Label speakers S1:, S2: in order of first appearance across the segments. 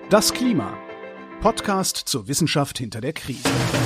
S1: Das Klima. Podcast zur Wissenschaft hinter der Krise.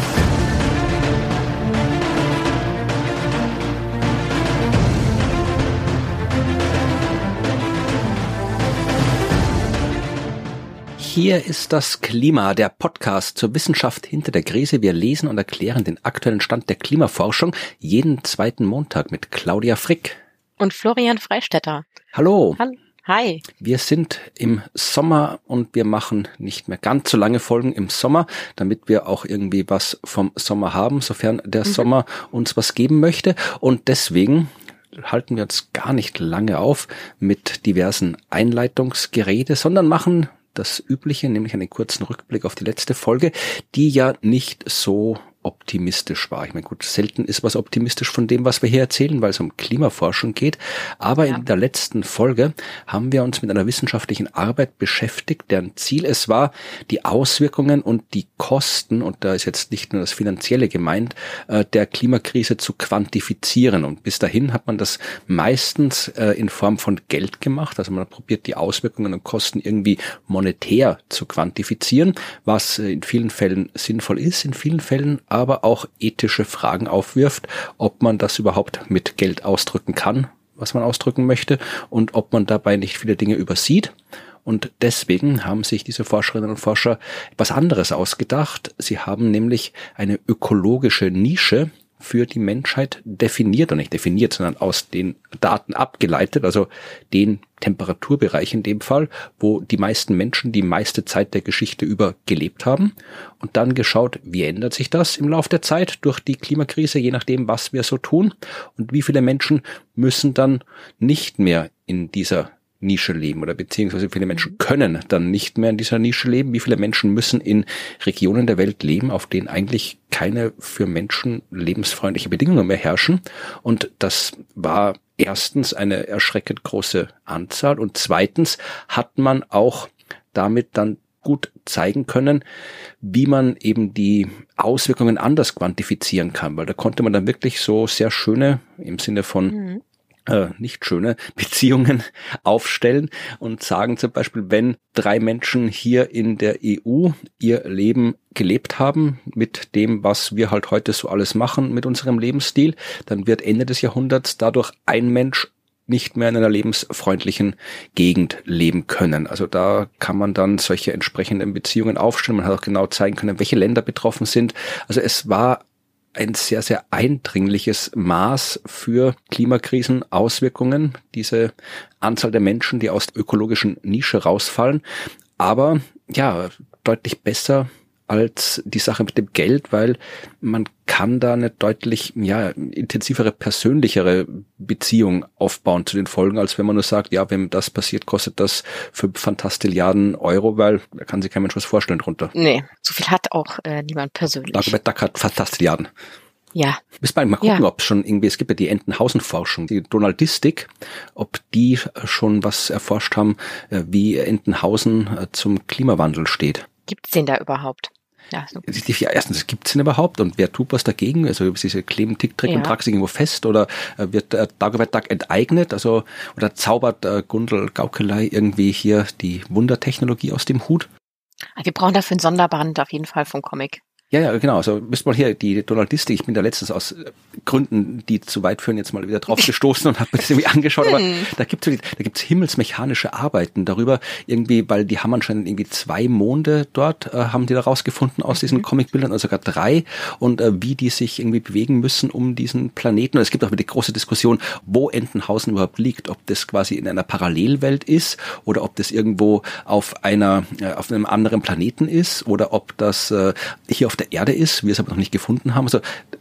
S2: Hier ist das Klima, der Podcast zur Wissenschaft hinter der Krise. Wir lesen und erklären den aktuellen Stand der Klimaforschung jeden zweiten Montag mit Claudia Frick
S3: und Florian Freistetter.
S2: Hallo.
S3: Hi.
S2: Wir sind im Sommer und wir machen nicht mehr ganz so lange Folgen im Sommer, damit wir auch irgendwie was vom Sommer haben, sofern der Sommer uns was geben möchte. Und deswegen halten wir uns gar nicht lange auf mit diversen Einleitungsgerede, sondern machen das Übliche, nämlich einen kurzen Rückblick auf die letzte Folge, die ja nicht so optimistisch war. Ich meine, gut, selten ist was optimistisch von dem, was wir hier erzählen, weil es um Klimaforschung geht. Aber in der letzten Folge haben wir uns mit einer wissenschaftlichen Arbeit beschäftigt, deren Ziel es war, die Auswirkungen und die Kosten, und da ist jetzt nicht nur das Finanzielle gemeint, der Klimakrise zu quantifizieren. Und bis dahin hat man das meistens in Form von Geld gemacht. Also man hat probiert, die Auswirkungen und Kosten irgendwie monetär zu quantifizieren, was in vielen Fällen sinnvoll ist, in vielen Fällen aber auch ethische Fragen aufwirft, ob man das überhaupt mit Geld ausdrücken kann, was man ausdrücken möchte, und ob man dabei nicht viele Dinge übersieht. Und deswegen haben sich diese Forscherinnen und Forscher etwas anderes ausgedacht. Sie haben nämlich eine ökologische Nische für die Menschheit definiert, und nicht definiert, sondern aus den Daten abgeleitet, also den Temperaturbereich in dem Fall, wo die meisten Menschen die meiste Zeit der Geschichte über gelebt haben, und dann geschaut, wie ändert sich das im Laufe der Zeit durch die Klimakrise, je nachdem, was wir so tun, und wie viele Menschen müssen dann nicht mehr in dieser Nische leben, oder beziehungsweise wie viele Menschen können dann nicht mehr in dieser Nische leben, wie viele Menschen müssen in Regionen der Welt leben, auf denen eigentlich keine für Menschen lebensfreundliche Bedingungen mehr herrschen. Und das war erstens eine erschreckend große Anzahl, und zweitens hat man auch damit dann gut zeigen können, wie man eben die Auswirkungen anders quantifizieren kann, weil da konnte man dann wirklich so sehr schöne, im Sinne von nicht schöne Beziehungen aufstellen und sagen zum Beispiel, wenn 3 Menschen hier in der EU ihr Leben gelebt haben mit dem, was wir halt heute so alles machen mit unserem Lebensstil, dann wird Ende des Jahrhunderts dadurch ein Mensch nicht mehr in einer lebensfreundlichen Gegend leben können. Also da kann man dann solche entsprechenden Beziehungen aufstellen. Man hat auch genau zeigen können, welche Länder betroffen sind. Also es war ein sehr, sehr eindringliches Maß für Klimakrisenauswirkungen, diese Anzahl der Menschen, die aus der ökologischen Nische rausfallen. Aber ja, deutlich besser als die Sache mit dem Geld, weil man kann da eine deutlich intensivere, persönlichere Beziehung aufbauen zu den Folgen, als wenn man nur sagt, ja, wenn das passiert, kostet das 5 Fantastilliarden Euro, weil da kann sich kein Mensch was vorstellen drunter.
S3: Nee, so viel hat auch niemand persönlich.
S2: Dagobert Duck hat Fantastilliarden.
S3: Ja.
S2: Müssen wir mal gucken, ob es schon irgendwie, es gibt ja die Entenhausen-Forschung, die Donaldistik, ob die schon was erforscht haben, wie Entenhausen zum Klimawandel steht.
S3: Gibt's den da überhaupt? Ja,
S2: erstens, gibt's den überhaupt, und wer tut was dagegen? Also diese kleben Tick-Trick und tragen sich irgendwo fest, oder wird Dagobert Duck enteignet, also oder zaubert Gundel Gaukelei irgendwie hier die Wundertechnologie aus dem Hut?
S3: Wir brauchen dafür einen Sonderband auf jeden Fall vom Comic.
S2: Ja, genau. Also müsste man hier die Donaldistik, ich bin da letztens aus Gründen, die zu weit führen, jetzt mal wieder drauf gestoßen und habe mir das irgendwie angeschaut, aber da gibt's himmelsmechanische Arbeiten darüber, irgendwie, weil die haben anscheinend irgendwie 2 Monde dort, haben die da rausgefunden aus diesen Comicbildern, oder sogar 3, und wie die sich irgendwie bewegen müssen um diesen Planeten. Und es gibt auch wieder die große Diskussion, wo Entenhausen überhaupt liegt, ob das quasi in einer Parallelwelt ist, oder ob das irgendwo auf einem anderen Planeten ist, oder ob das hier auf der Erde ist, wir es aber noch nicht gefunden haben. Also,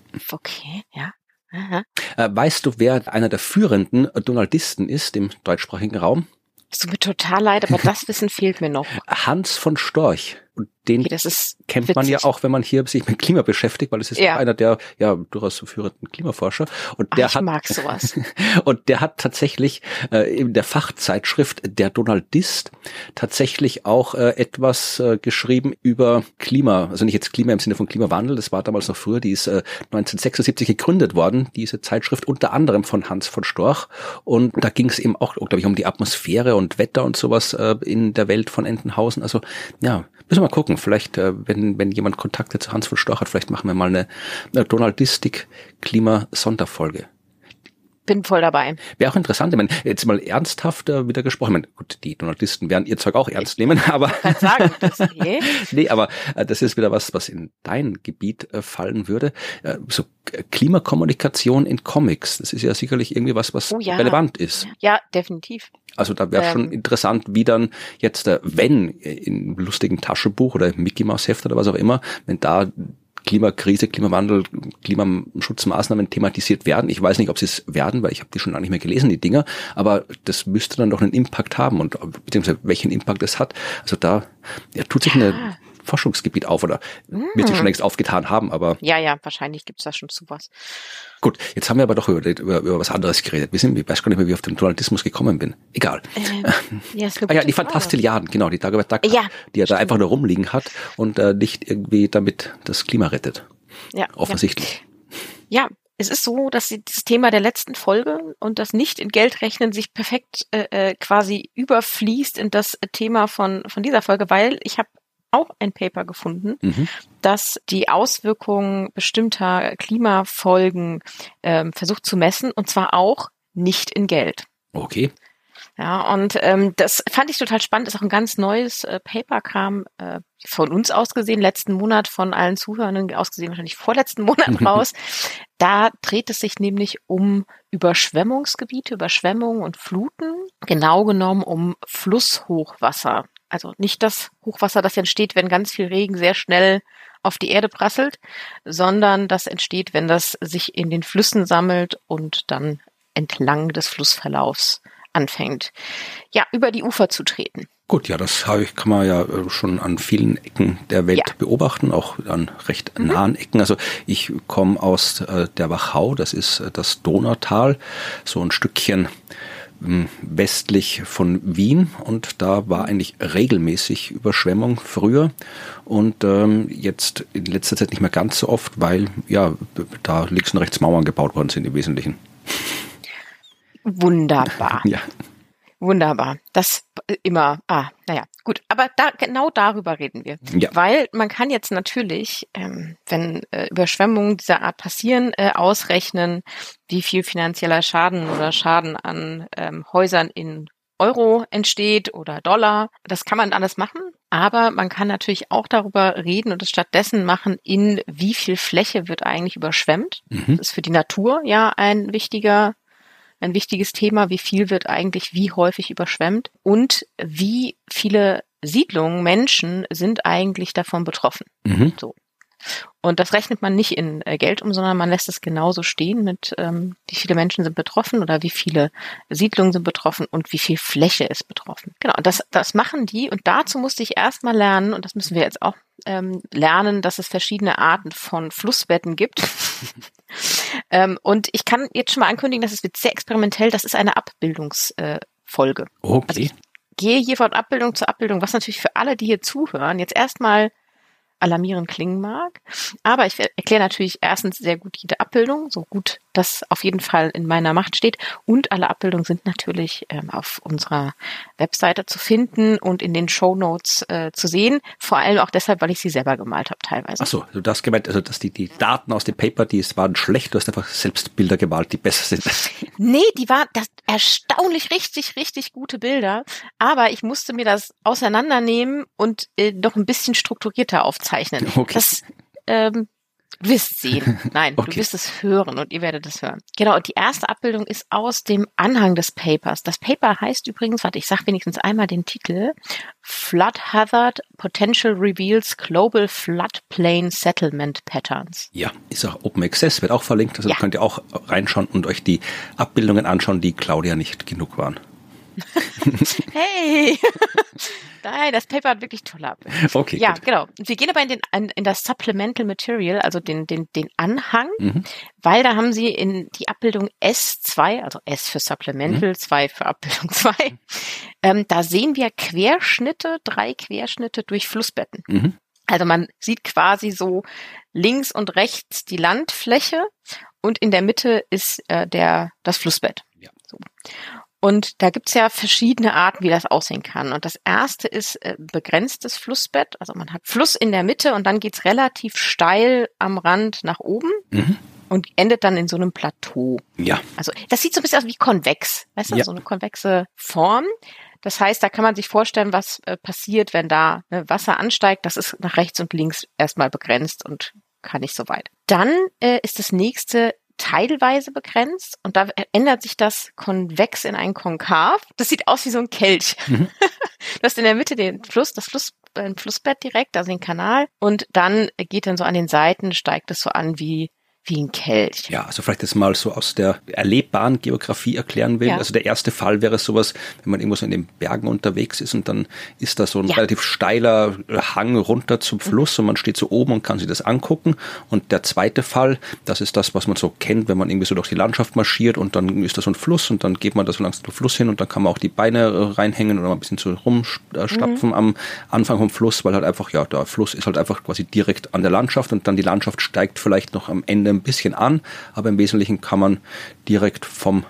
S3: okay, ja. Aha.
S2: Weißt du, wer einer der führenden Donaldisten ist im deutschsprachigen Raum?
S3: Es tut mir total leid, aber das Wissen fehlt mir noch.
S2: Hans von Storch. Und den
S3: Okay, das ist
S2: kennt man ja
S3: witzig.
S2: auch, wenn man hier sich mit Klima beschäftigt, weil es ist
S3: Ja.
S2: auch einer der ja durchaus führenden Klimaforscher. Und der
S3: Ich mag sowas.
S2: und der hat tatsächlich in der Fachzeitschrift Der Donaldist tatsächlich auch etwas geschrieben über Klima, also nicht jetzt Klima im Sinne von Klimawandel, das war damals noch früher, die ist 1976 gegründet worden, diese Zeitschrift, unter anderem von Hans von Storch, und da ging es eben auch, glaube ich, um die Atmosphäre und Wetter und sowas in der Welt von Entenhausen. Also ja, müssen wir mal gucken, vielleicht wenn jemand Kontakte zu Hans von Storch hat, vielleicht machen wir mal eine Donaldistik-Klima-Sonderfolge.
S3: Bin voll dabei.
S2: Wäre auch interessant, ich meine, jetzt mal ernsthaft wieder gesprochen. Ich meine, gut, die Donaldisten werden ihr Zeug auch ernst nehmen, aber
S3: Ich kann sagen, das
S2: nee, aber das ist wieder was in dein Gebiet fallen würde. So Klimakommunikation in Comics, das ist ja sicherlich irgendwie was
S3: Oh ja.
S2: relevant ist.
S3: Ja, definitiv.
S2: Also da wäre schon interessant, wie dann jetzt, wenn in lustigen Taschenbuch oder Mickey Mouse Heft oder was auch immer, wenn da Klimakrise, Klimawandel, Klimaschutzmaßnahmen thematisiert werden. Ich weiß nicht, ob sie es werden, weil ich habe die schon lange nicht mehr gelesen, die Dinger, aber das müsste dann doch einen Impact haben und beziehungsweise welchen Impact es hat. Also da tut sich ein Forschungsgebiet auf oder wird sich schon längst aufgetan haben, aber
S3: Ja, wahrscheinlich gibt's da schon sowas.
S2: gut, jetzt haben wir aber doch über was anderes geredet. Ich weiß gar nicht mehr, wie ich auf den Donaldismus gekommen bin. Egal.
S3: Ja, ist eine
S2: Die
S3: gute Frage.
S2: Fantastilliarden, genau, die Dagobert Duck,
S3: Ja,
S2: die er da einfach nur rumliegen hat und nicht irgendwie damit das Klima rettet.
S3: Ja,
S2: Offensichtlich.
S3: Ja, es ist so, dass das Thema der letzten Folge und das nicht in Geld rechnen sich perfekt quasi überfließt in das Thema von dieser Folge, weil ich habe auch ein Paper gefunden, das die Auswirkungen bestimmter Klimafolgen versucht zu messen, und zwar auch nicht in Geld.
S2: Okay.
S3: Ja, und das fand ich total spannend. Ist auch ein ganz neues Paper, kam von uns ausgesehen, letzten Monat, von allen Zuhörern ausgesehen, wahrscheinlich vorletzten Monat raus. Da dreht es sich nämlich um Überschwemmungsgebiete, Überschwemmungen und Fluten, genau genommen um Flusshochwasser. Also nicht das Hochwasser, das entsteht, wenn ganz viel Regen sehr schnell auf die Erde prasselt, sondern das entsteht, wenn das sich in den Flüssen sammelt und dann entlang des Flussverlaufs anfängt, ja, über die Ufer zu treten.
S2: Gut, ja, das kann man ja schon an vielen Ecken der Welt beobachten, auch an recht nahen Ecken. Also ich komme aus der Wachau, das ist das Donautal, so ein Stückchen westlich von Wien, und da war eigentlich regelmäßig Überschwemmung früher und jetzt in letzter Zeit nicht mehr ganz so oft, weil ja da links und rechts Mauern gebaut worden sind im Wesentlichen.
S3: Wunderbar.
S2: Ja.
S3: Wunderbar. Das immer, naja, gut. Aber genau darüber reden wir.
S2: Ja.
S3: Weil man kann jetzt natürlich, wenn Überschwemmungen dieser Art passieren, ausrechnen, wie viel finanzieller Schaden oder Schaden an Häusern in Euro entsteht oder Dollar. Das kann man alles machen. Aber man kann natürlich auch darüber reden und es stattdessen machen, in wie viel Fläche wird eigentlich überschwemmt. Das ist für die Natur ja ein wichtiges Thema, wie viel wird eigentlich wie häufig überschwemmt und wie viele Siedlungen, Menschen sind eigentlich davon betroffen. So. Und das rechnet man nicht in Geld um, sondern man lässt es genauso stehen mit, wie viele Menschen sind betroffen oder wie viele Siedlungen sind betroffen und wie viel Fläche ist betroffen. Genau, und das machen die, und dazu musste ich erstmal lernen, und das müssen wir jetzt auch lernen, dass es verschiedene Arten von Flussbetten gibt. Und ich kann jetzt schon mal ankündigen, das wird sehr experimentell, das ist eine Abbildungsfolge.
S2: Okay.
S3: Also ich gehe hier von Abbildung zu Abbildung, was natürlich für alle, die hier zuhören, jetzt erstmal alarmierend klingen mag. Aber ich erkläre natürlich erstens sehr gut jede Abbildung, so gut das auf jeden Fall in meiner Macht steht. Und alle Abbildungen sind natürlich auf unserer Webseite zu finden und in den Shownotes zu sehen. Vor allem auch deshalb, weil ich sie selber gemalt habe teilweise.
S2: Ach so, du hast gemeint, also dass die Daten aus dem Paper, die waren schlecht, du hast einfach selbst Bilder gemalt, die besser sind.
S3: Nee, die waren das erstaunlich richtig gute Bilder. Aber ich musste mir das auseinandernehmen und noch ein bisschen strukturierter aufzeichnen.
S2: Okay.
S3: Das du wirst sehen. Nein,
S2: Okay.
S3: Du wirst es hören und ihr werdet es hören. Genau, und die erste Abbildung ist aus dem Anhang des Papers. Das Paper heißt übrigens, warte, ich sag wenigstens einmal den Titel, Flood Hazard Potential Reveals Global Floodplain Settlement Patterns.
S2: Ja, ist auch Open Access, wird auch verlinkt, also
S3: Ja.
S2: könnt ihr auch reinschauen und euch die Abbildungen anschauen, die Claudia nicht genug waren.
S3: Hey! Nein, das Paper hat wirklich tolle Abbildungen.
S2: Okay,
S3: ja,
S2: gut.
S3: genau. Wir gehen aber in das Supplemental Material, also den Anhang, weil da haben sie in die Abbildung S2, also S für Supplemental, 2 für Abbildung 2, da sehen wir Querschnitte, 3 Querschnitte durch Flussbetten. Also man sieht quasi so links und rechts die Landfläche und in der Mitte ist das Flussbett.
S2: Ja.
S3: So. Und da gibt's ja verschiedene Arten, wie das aussehen kann. Und das erste ist begrenztes Flussbett. Also man hat Fluss in der Mitte und dann geht's relativ steil am Rand nach oben und endet dann in so einem Plateau.
S2: Ja.
S3: Also das sieht so ein bisschen aus wie konvex. Weißt du, so eine konvexe Form. Das heißt, da kann man sich vorstellen, was passiert, wenn da Wasser ansteigt. Das ist nach rechts und links erstmal begrenzt und kann nicht so weit. Dann ist das nächste teilweise begrenzt und da ändert sich das konvex in ein Konkav. Das sieht aus wie so ein Kelch. Du hast in der Mitte ein Flussbett direkt, also den Kanal und dann geht dann so an den Seiten, steigt es so an wie ein Kelch.
S2: Ja, also vielleicht das mal so aus der erlebbaren Geografie erklären will. Ja. Also der erste Fall wäre sowas, wenn man irgendwo so in den Bergen unterwegs ist und dann ist da so ein relativ steiler Hang runter zum Fluss und man steht so oben und kann sich das angucken. Und der zweite Fall, das ist das, was man so kennt, wenn man irgendwie so durch die Landschaft marschiert und dann ist da so ein Fluss und dann geht man da so langsam zum Fluss hin und dann kann man auch die Beine reinhängen oder mal ein bisschen so rumstapfen am Anfang vom Fluss, weil halt einfach, der Fluss ist halt einfach quasi direkt an der Landschaft und dann die Landschaft steigt vielleicht noch am Ende ein bisschen an, aber im Wesentlichen kann man direkt vom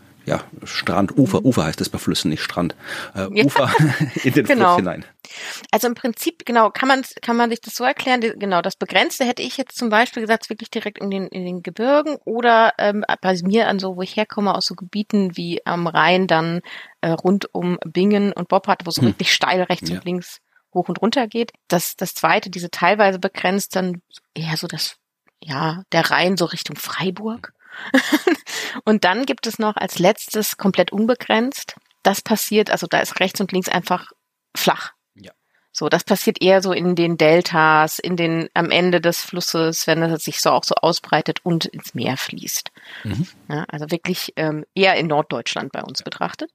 S2: Strand, Ufer heißt es bei Flüssen, nicht Strand, Ufer in den Fluss hinein.
S3: Also im Prinzip, kann man sich das so erklären, genau, das Begrenzte hätte ich jetzt zum Beispiel gesagt, wirklich direkt in den Gebirgen oder bei mir wo ich herkomme, aus so Gebieten wie am Rhein dann rund um Bingen und Boppard, wo es wirklich steil rechts und links hoch und runter geht. Das zweite, diese teilweise begrenzt, dann eher so der Rhein so Richtung Freiburg. Und dann gibt es noch als letztes komplett unbegrenzt. Das passiert, also da ist rechts und links einfach flach. Ja. So, das passiert eher so in den Deltas, am Ende des Flusses, wenn es sich so auch so ausbreitet und ins Meer fließt. Ja, also wirklich eher in Norddeutschland bei uns betrachtet.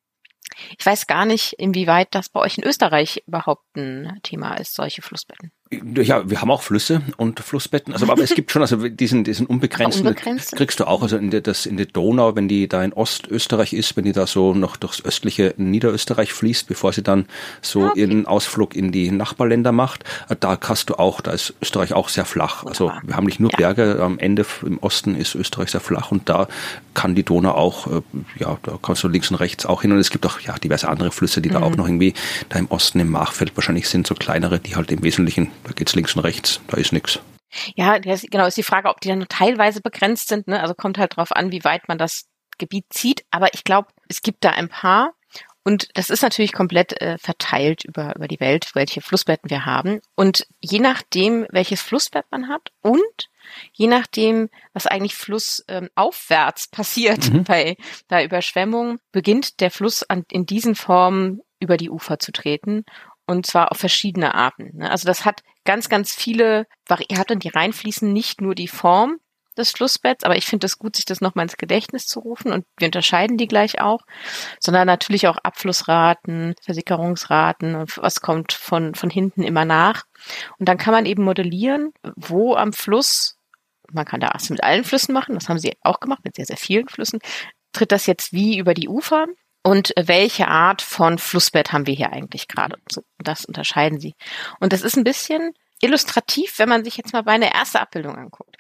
S3: Ich weiß gar nicht, inwieweit das bei euch in Österreich überhaupt ein Thema ist, solche Flussbetten.
S2: Ja, wir haben auch Flüsse und Flussbetten, also aber es gibt schon, also diesen unbegrenzten kriegst du auch, also in der Donau, wenn die da in Ostösterreich ist, wenn die da so noch durchs östliche Niederösterreich fließt, bevor sie dann so ihren Ausflug in die Nachbarländer macht, da hast du auch, da ist Österreich auch sehr flach. Also wir haben nicht nur Berge, am Ende im Osten ist Österreich sehr flach und da kann die Donau auch, da kannst du links und rechts auch hin und es gibt auch diverse andere Flüsse, die da auch noch irgendwie da im Osten im Machfeld wahrscheinlich sind, so kleinere, die halt im Wesentlichen, da geht's links und rechts, da ist nichts.
S3: Ja, ist die Frage, ob die dann nur teilweise begrenzt sind, ne? Also kommt halt drauf an, wie weit man das Gebiet zieht, aber ich glaube, es gibt da ein paar und das ist natürlich komplett verteilt über die Welt, welche Flussbetten wir haben und je nachdem, welches Flussbett man hat und je nachdem, was eigentlich flussaufwärts passiert bei Überschwemmung, beginnt der Fluss in diesen Formen über die Ufer zu treten. Und zwar auf verschiedene Arten. Also das hat ganz, ganz viele Varianten, die reinfließen, nicht nur die Form des Flussbetts, aber ich finde es gut, sich das nochmal ins Gedächtnis zu rufen und wir unterscheiden die gleich auch, sondern natürlich auch Abflussraten, Versickerungsraten und was kommt von hinten immer nach. Und dann kann man eben modellieren, wo am Fluss, man kann das mit allen Flüssen machen, das haben sie auch gemacht, mit sehr, sehr vielen Flüssen, tritt das jetzt wie über die Ufer? Und welche Art von Flussbett haben wir hier eigentlich gerade? So, das unterscheiden sie. Und das ist ein bisschen illustrativ, wenn man sich jetzt mal bei einer ersten Abbildung anguckt.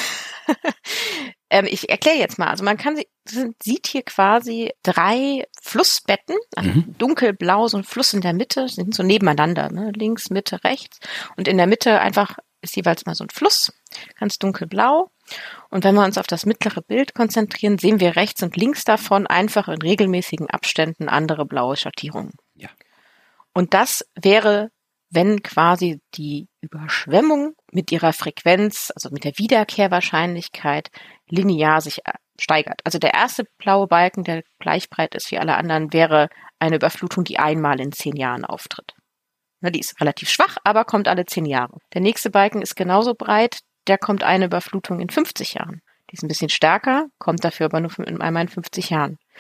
S3: Ich erkläre jetzt mal. Also man sieht hier quasi 3 Flussbetten, also dunkelblau, so ein Fluss in der Mitte, sind so nebeneinander, ne? Links, Mitte, rechts. Und in der Mitte einfach ist jeweils mal so ein Fluss, ganz dunkelblau. Und wenn wir uns auf das mittlere Bild konzentrieren, sehen wir rechts und links davon einfach in regelmäßigen Abständen andere blaue Schattierungen. Ja. Und das wäre, wenn quasi die Überschwemmung mit ihrer Frequenz, also mit der Wiederkehrwahrscheinlichkeit, linear sich steigert. Also der erste blaue Balken, der gleich breit ist wie alle anderen, wäre eine Überflutung, die einmal in 10 Jahren auftritt. Die ist relativ schwach, aber kommt alle 10 Jahre. Der nächste Balken ist genauso breit, der kommt eine Überflutung in 50 Jahren. Die ist ein bisschen stärker, kommt dafür aber nur einmal in 50 Jahren.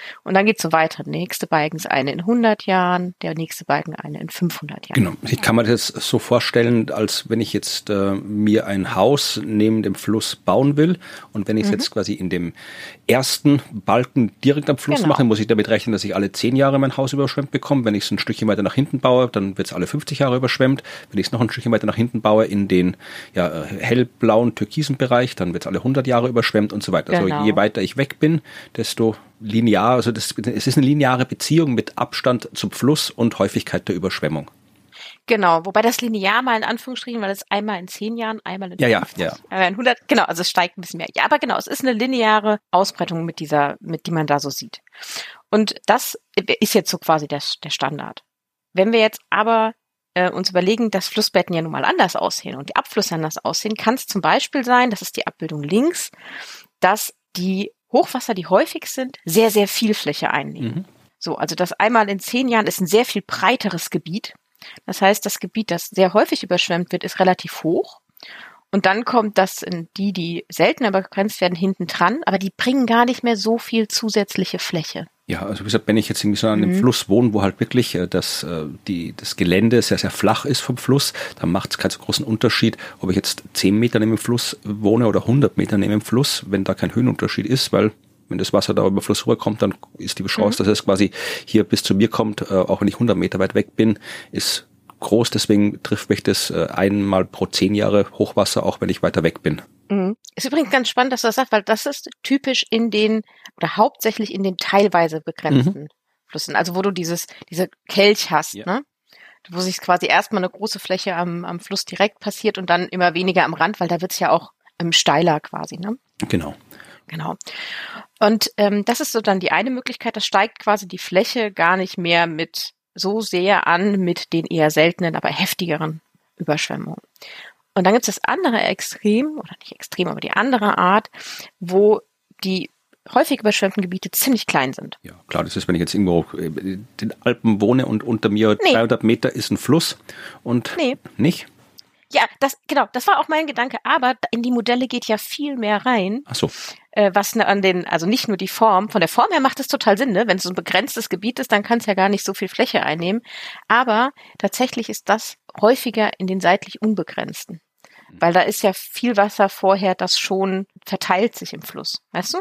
S3: Und dann geht's so weiter. Der nächste Balken ist eine in 100 Jahren, der nächste Balken eine in 500 Jahren.
S2: Genau. Ich kann mir das so vorstellen, als wenn ich jetzt mir ein Haus neben dem Fluss bauen will und wenn ich es jetzt quasi in dem ersten Balken direkt am Fluss mache, muss ich damit rechnen, dass ich alle 10 Jahre mein Haus überschwemmt bekomme. Wenn ich es ein Stückchen weiter nach hinten baue, dann wird es alle 50 Jahre überschwemmt. Wenn ich es noch ein Stückchen weiter nach hinten baue in den hellblauen, türkisen Bereich, dann wird es alle 100 Jahre überschwemmt und so weiter.
S3: Genau.
S2: Also je weiter ich weg bin, desto linear, also es ist eine lineare Beziehung mit Abstand zum Fluss und Häufigkeit der Überschwemmung.
S3: Genau, wobei das linear mal in Anführungsstrichen, weil es einmal in 10 Jahren, einmal in 50, einmal in 100, genau, also es steigt ein bisschen mehr. Ja, aber genau, es ist eine lineare Ausbreitung mit die man da so sieht. Und das ist jetzt so quasi der Standard. Wenn wir jetzt aber uns überlegen, dass Flussbetten ja nun mal anders aussehen und die Abflüsse anders aussehen, kann es zum Beispiel sein, das ist die Abbildung links, dass die Hochwasser, die häufig sind, sehr, sehr viel Fläche einnehmen. So, also das einmal in 10 Jahren ist ein sehr viel breiteres Gebiet. Das heißt, das Gebiet, das sehr häufig überschwemmt wird, ist relativ hoch. Und dann kommt das in die seltener begrenzt werden, hinten dran, aber die bringen gar nicht mehr so viel zusätzliche Fläche. Ja,
S2: also wie gesagt, wenn ich jetzt irgendwie so an einem Fluss wohne, wo halt wirklich das Gelände sehr, sehr flach ist vom Fluss, dann macht es keinen so großen Unterschied, ob ich jetzt 10 Meter neben dem Fluss wohne oder 100 Meter neben dem Fluss, wenn da kein Höhenunterschied ist, weil wenn das Wasser da über den Fluss rüberkommt, dann ist die Chance, dass es quasi hier bis zu mir kommt, auch wenn ich 100 Meter weit weg bin, ist groß. Deswegen trifft mich das einmal pro 10 Jahre Hochwasser, auch wenn ich weiter weg bin.
S3: Ist übrigens ganz spannend, dass du das sagst, weil das ist typisch hauptsächlich in den teilweise begrenzten Flüssen. Also wo du diese Kelch hast, ne? Wo sich quasi erstmal eine große Fläche am Fluss direkt passiert und dann immer weniger am Rand, weil da wird's ja auch steiler quasi, ne?
S2: Genau.
S3: Und das ist so dann die eine Möglichkeit, das steigt quasi die Fläche gar nicht mehr so sehr an mit den eher seltenen, aber heftigeren Überschwemmungen. Und dann gibt es das andere Extrem, oder nicht Extrem, aber die andere Art, wo die häufig überschwemmten Gebiete ziemlich klein sind.
S2: Ja, klar, das ist, wenn ich jetzt irgendwo in den Alpen wohne und unter mir 300 Meter ist ein Fluss und nicht?
S3: Ja, das war auch mein Gedanke, aber in die Modelle geht ja viel mehr rein.
S2: Ach so.
S3: Was also nicht nur die Form, von der Form her macht es total Sinn, ne? Wenn es so ein begrenztes Gebiet ist, dann kann es ja gar nicht so viel Fläche einnehmen. Aber tatsächlich ist das häufiger in den seitlich unbegrenzten. Weil da ist ja viel Wasser vorher, das schon verteilt sich im Fluss, weißt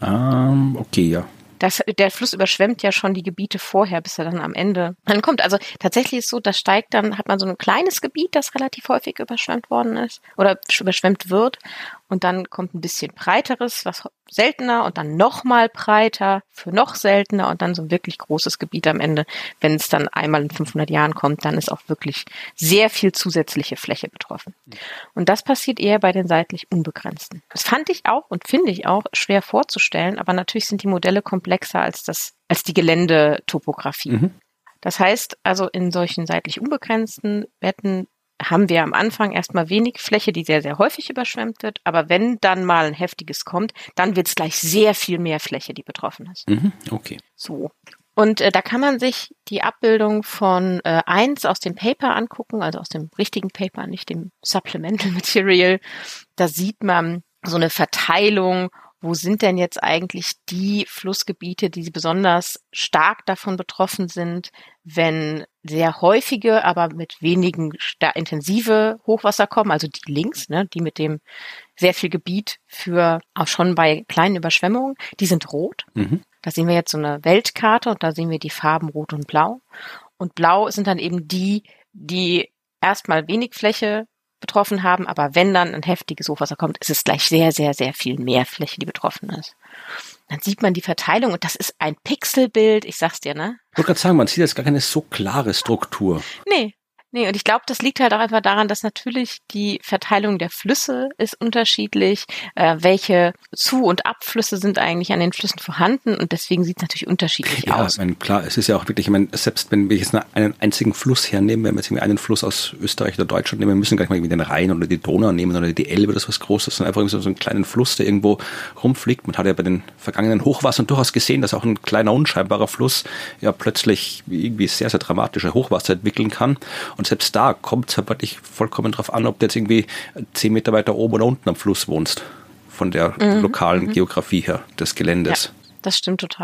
S3: du?
S2: Okay, ja.
S3: Der Fluss überschwemmt ja schon die Gebiete vorher, bis er dann am Ende ankommt. Also tatsächlich ist es so, das steigt dann, hat man so ein kleines Gebiet, das relativ häufig überschwemmt worden ist oder überschwemmt wird. Und dann kommt ein bisschen breiteres, was seltener und dann nochmal breiter für noch seltener und dann so ein wirklich großes Gebiet am Ende. Wenn es dann einmal in 500 Jahren kommt, dann ist auch wirklich sehr viel zusätzliche Fläche betroffen. Und das passiert eher bei den seitlich unbegrenzten. Das fand ich auch und finde ich auch schwer vorzustellen, aber natürlich sind die Modelle komplexer als die Geländetopographie. Das heißt also, in solchen seitlich unbegrenzten Betten haben wir am Anfang erstmal wenig Fläche, die sehr, sehr häufig überschwemmt wird. Aber wenn dann mal ein heftiges kommt, dann wird es gleich sehr viel mehr Fläche, die betroffen ist.
S2: Okay.
S3: So. Und da kann man sich die Abbildung von 1 aus dem Paper angucken, also aus dem richtigen Paper, nicht dem Supplemental Material. Da sieht man so eine Verteilung. Wo sind denn jetzt eigentlich die Flussgebiete, die besonders stark davon betroffen sind, wenn sehr häufige, aber mit wenigen intensive Hochwasser kommen, also die links, ne, die mit dem sehr viel Gebiet für auch schon bei kleinen Überschwemmungen, die sind rot. Da sehen wir jetzt so eine Weltkarte und da sehen wir die Farben rot und blau. Und blau sind dann eben die erstmal wenig Fläche betroffen haben, aber wenn dann ein heftiges Hochwasser kommt, ist es gleich sehr, sehr, sehr viel mehr Fläche, die betroffen ist. Dann sieht man die Verteilung und das ist ein Pixelbild, ich sag's dir, ne?
S2: Ich wollte gerade sagen, man sieht jetzt gar keine so klare Struktur.
S3: Nee, und ich glaube, das liegt halt auch einfach daran, dass natürlich die Verteilung der Flüsse ist unterschiedlich. Welche Zu- und Abflüsse sind eigentlich an den Flüssen vorhanden und deswegen sieht es natürlich unterschiedlich aus.
S2: Ja, klar, es ist ja auch wirklich, selbst wenn wir jetzt einen einzigen Fluss hernehmen, wenn wir jetzt irgendwie einen Fluss aus Österreich oder Deutschland nehmen, wir müssen gleich mal irgendwie den Rhein oder die Donau nehmen oder die Elbe, das ist was Großes, sondern einfach so einen kleinen Fluss, der irgendwo rumfliegt. Man hat ja bei den vergangenen Hochwassern durchaus gesehen, dass auch ein kleiner, unscheinbarer Fluss ja plötzlich irgendwie sehr, sehr dramatische Hochwasser entwickeln kann. Und selbst da kommt es halt wirklich vollkommen drauf an, ob du jetzt irgendwie 10 Meter weiter oben oder unten am Fluss wohnst, von der lokalen Geografie her des Geländes.
S3: Ja, das stimmt total.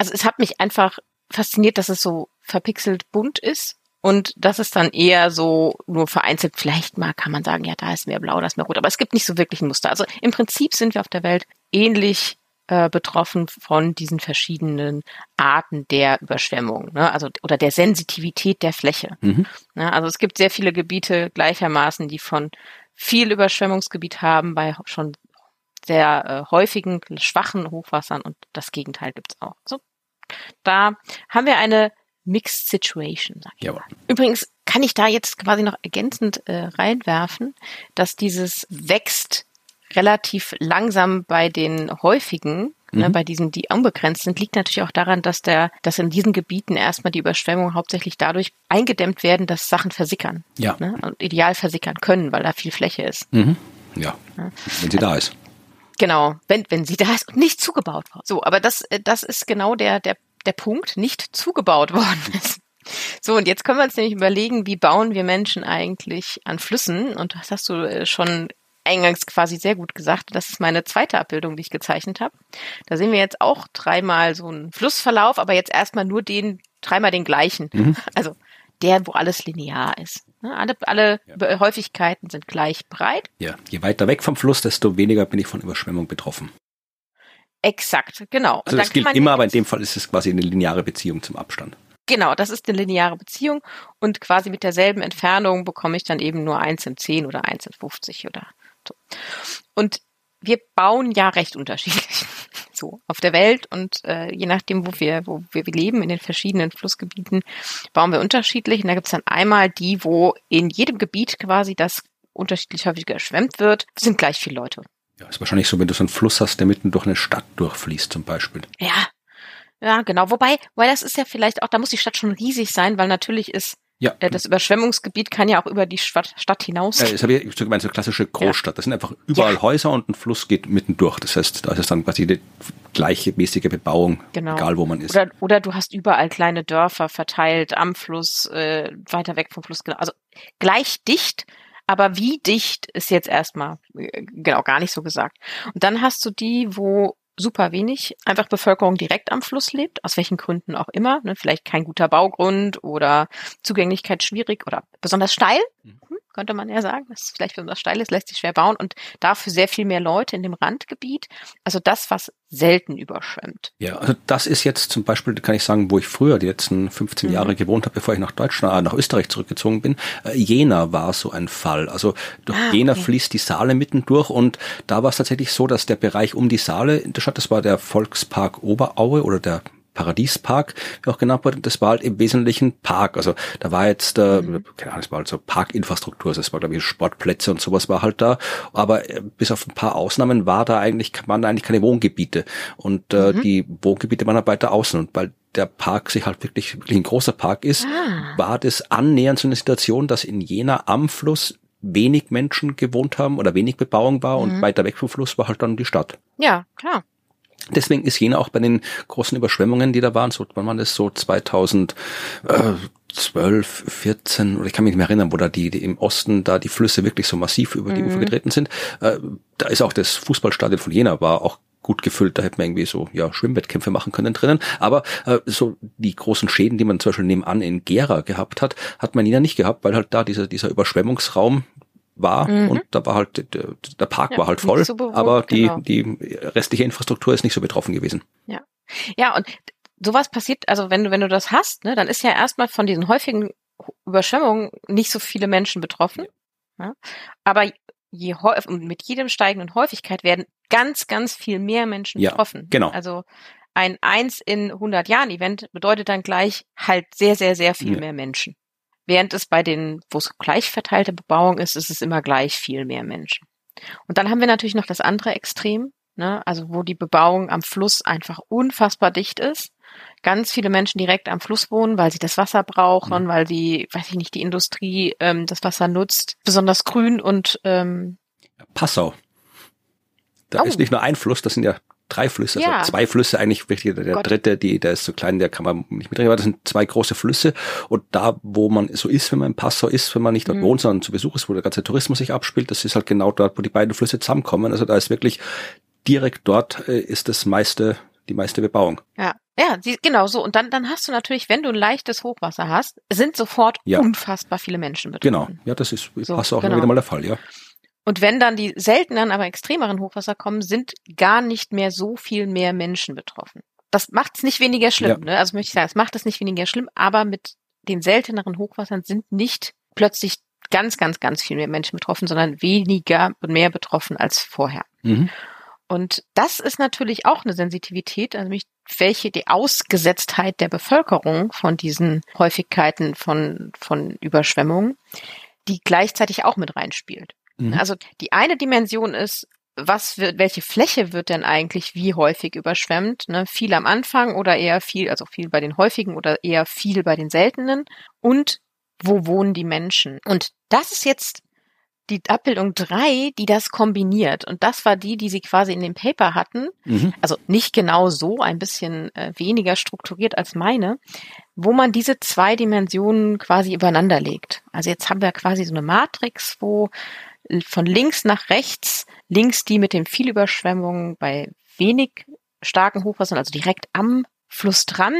S3: Also es hat mich einfach fasziniert, dass es so verpixelt bunt ist und dass es dann eher so nur vereinzelt, vielleicht mal kann man sagen, ja, da ist mehr blau, da ist mehr rot, aber es gibt nicht so wirklich ein Muster. Also im Prinzip sind wir auf der Welt ähnlich betroffen von diesen verschiedenen Arten der Überschwemmung, ne? Also oder der Sensitivität der Fläche.
S2: Mhm.
S3: Ne? Also es gibt sehr viele Gebiete gleichermaßen, die von viel Überschwemmungsgebiet haben, bei schon sehr häufigen, schwachen Hochwassern und das Gegenteil gibt's auch. So, da haben wir eine Mixed Situation, sag ich mal. Übrigens kann ich da jetzt quasi noch ergänzend reinwerfen, dass dieses wächst relativ langsam bei den häufigen, ne, bei diesen, die unbegrenzt sind, liegt natürlich auch daran, dass in diesen Gebieten erstmal die Überschwemmungen hauptsächlich dadurch eingedämmt werden, dass Sachen versickern.
S2: Ja.
S3: Ne, und ideal versickern können, weil da viel Fläche ist.
S2: Mhm. Ja, wenn sie da ist.
S3: Genau, wenn sie da ist und nicht zugebaut wird. So, aber das ist genau der Punkt, nicht zugebaut worden ist. So, und jetzt können wir uns nämlich überlegen, wie bauen wir Menschen eigentlich an Flüssen? Und das hast du schon eingangs quasi sehr gut gesagt. Das ist meine zweite Abbildung, die ich gezeichnet habe. Da sehen wir jetzt auch dreimal so einen Flussverlauf, aber jetzt erstmal nur dreimal den gleichen. Mhm. Also der, wo alles linear ist. Alle Häufigkeiten sind gleich breit.
S2: Ja, je weiter weg vom Fluss, desto weniger bin ich von Überschwemmung betroffen.
S3: Exakt, genau.
S2: Also das gilt immer, aber in dem Fall ist es quasi eine lineare Beziehung zum Abstand.
S3: Genau, das ist eine lineare Beziehung und quasi mit derselben Entfernung bekomme ich dann eben nur 1 in 10 oder 1 in 50 oder so. Und wir bauen ja recht unterschiedlich so auf der Welt und je nachdem, wo wir leben, in den verschiedenen Flussgebieten, bauen wir unterschiedlich. Und da gibt es dann einmal die, wo in jedem Gebiet quasi das unterschiedlich häufig geschwemmt wird, sind gleich viele Leute.
S2: Ja, ist wahrscheinlich so, wenn du so einen Fluss hast, der mitten durch eine Stadt durchfließt zum Beispiel.
S3: Ja, genau. Wobei das ist ja vielleicht auch, da muss die Stadt schon riesig sein, weil natürlich ist das Überschwemmungsgebiet kann ja auch über die Stadt hinaus.
S2: Das habe ich so gemeint, so eine klassische Großstadt. Das sind einfach überall Häuser und ein Fluss geht mitten durch. Das heißt, da ist es dann quasi die gleiche mäßige Bebauung, egal wo man ist.
S3: Oder du hast überall kleine Dörfer verteilt am Fluss, weiter weg vom Fluss. Also gleich dicht, aber wie dicht ist jetzt erstmal gar nicht so gesagt. Und dann hast du die, wo super wenig einfach Bevölkerung direkt am Fluss lebt, aus welchen Gründen auch immer, ne? Vielleicht kein guter Baugrund oder Zugänglichkeit schwierig oder besonders steil, könnte man ja sagen, dass es vielleicht besonders steil ist, lässt sich schwer bauen und dafür sehr viel mehr Leute in dem Randgebiet, also das, was selten überschwemmt.
S2: Ja, also das ist jetzt zum Beispiel, kann ich sagen, wo ich früher die letzten 15 Jahre gewohnt habe, bevor ich nach Österreich zurückgezogen bin. Jena war so ein Fall. Also durch Jena fließt die Saale mitten durch und da war es tatsächlich so, dass der Bereich um die Saale in der Stadt, das war der Volkspark Oberaue oder der Paradiespark, wie auch genannt wurde, das war halt im Wesentlichen Park. Also da war jetzt, keine Ahnung, das war halt so Parkinfrastruktur, also es war, glaube ich, Sportplätze und sowas war halt da. Aber bis auf ein paar Ausnahmen waren da eigentlich keine Wohngebiete. Und die Wohngebiete waren halt weiter außen. Und weil der Park sich halt wirklich ein großer Park ist, war das annähernd so eine Situation, dass in Jena am Fluss wenig Menschen gewohnt haben oder wenig Bebauung war und weiter weg vom Fluss war halt dann die Stadt.
S3: Ja, klar.
S2: Deswegen ist Jena auch bei den großen Überschwemmungen, die da waren, so, wann war das so 2012, 14, oder ich kann mich nicht mehr erinnern, wo da die im Osten da die Flüsse wirklich so massiv über die Ufer getreten sind. Da ist auch das Fußballstadion von Jena war auch gut gefüllt, da hätte man irgendwie so Schwimmwettkämpfe machen können drinnen, aber so die großen Schäden, die man zum Beispiel nebenan in Gera gehabt hat, hat man in Jena nicht gehabt, weil halt da dieser Überschwemmungsraum war und da war halt der Park war halt voll, so aber die restliche Infrastruktur ist nicht so betroffen gewesen.
S3: Ja, und sowas passiert, also wenn du das hast, ne, dann ist ja erstmal von diesen häufigen Überschwemmungen nicht so viele Menschen betroffen. Ja. Aber mit jedem steigenden Häufigkeit werden ganz, ganz viel mehr Menschen betroffen.
S2: Genau.
S3: Also ein 1 in 100 Jahren Event bedeutet dann gleich halt sehr, sehr, sehr viel mehr Menschen. Während es bei denen, wo es gleich verteilte Bebauung ist, ist es immer gleich viel mehr Menschen. Und dann haben wir natürlich noch das andere Extrem, ne? Also wo die Bebauung am Fluss einfach unfassbar dicht ist. Ganz viele Menschen direkt am Fluss wohnen, weil sie das Wasser brauchen, weil die Industrie das Wasser nutzt. Besonders grün und
S2: Passau. Da ist nicht nur ein Fluss, das sind ja 3 Flüsse, also 2 Flüsse eigentlich, der dritte, der ist so klein, der kann man nicht mitreden, aber das sind 2 große Flüsse und da, wo man so ist, wenn man in Passau ist, wenn man nicht dort wohnt, sondern zu Besuch ist, wo der ganze Tourismus sich abspielt, das ist halt genau dort, wo die beiden Flüsse zusammenkommen, also da ist wirklich direkt dort ist die meiste Bebauung.
S3: Ja, Ja, genau so. Und dann hast du natürlich, wenn du ein leichtes Hochwasser hast, sind sofort unfassbar viele Menschen betroffen.
S2: Genau, ja, das ist
S3: So,
S2: auch immer wieder mal der Fall, ja.
S3: Und wenn dann die seltenen, aber extremeren Hochwasser kommen, sind gar nicht mehr so viel mehr Menschen betroffen. Das macht es nicht weniger schlimm, ne? Also möchte ich sagen, es macht es nicht weniger schlimm, aber mit den selteneren Hochwassern sind nicht plötzlich ganz, ganz, ganz viel mehr Menschen betroffen, sondern weniger und mehr betroffen als vorher.
S2: Mhm.
S3: Und das ist natürlich auch eine Sensitivität, also welche die Ausgesetztheit der Bevölkerung von diesen Häufigkeiten von Überschwemmungen, die gleichzeitig auch mit reinspielt.
S2: Mhm.
S3: Also die eine Dimension ist, welche Fläche wird denn eigentlich wie häufig überschwemmt? Ne? Viel am Anfang oder eher viel, also viel bei den häufigen oder eher viel bei den seltenen? Und wo wohnen die Menschen? Und das ist jetzt die Abbildung 3, die das kombiniert. Und das war die sie quasi in dem Paper hatten.
S2: Mhm.
S3: Also nicht genau so, ein bisschen weniger strukturiert als meine, wo man diese 2 Dimensionen quasi übereinander legt. Also jetzt haben wir quasi so eine Matrix, wo von links nach rechts, links die mit den viel Überschwemmungen bei wenig starken Hochwassern, also direkt am Fluss dran,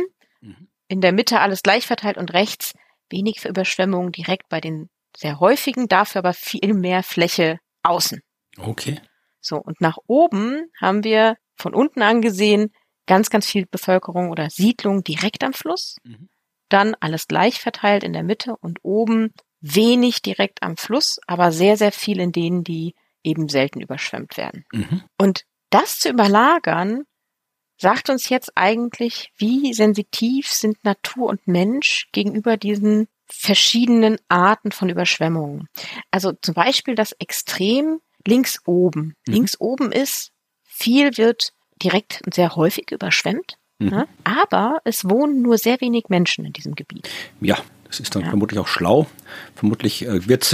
S3: in der Mitte alles gleich verteilt und rechts wenig Überschwemmungen direkt bei den sehr häufigen, dafür aber viel mehr Fläche außen.
S2: Okay.
S3: So, und nach oben haben wir von unten angesehen ganz, ganz viel Bevölkerung oder Siedlung direkt am Fluss.
S2: Mhm.
S3: Dann alles gleich verteilt in der Mitte und oben wenig direkt am Fluss, aber sehr, sehr viel in denen, die eben selten überschwemmt werden.
S2: Mhm.
S3: Und das zu überlagern, sagt uns jetzt eigentlich, wie sensitiv sind Natur und Mensch gegenüber diesen verschiedenen Arten von Überschwemmungen. Also zum Beispiel das Extrem links oben.
S2: Mhm.
S3: Links oben ist, viel wird direkt und sehr häufig überschwemmt, ne? Aber es wohnen nur sehr wenig Menschen in diesem Gebiet.
S2: Ja, das ist dann vermutlich auch schlau. Vermutlich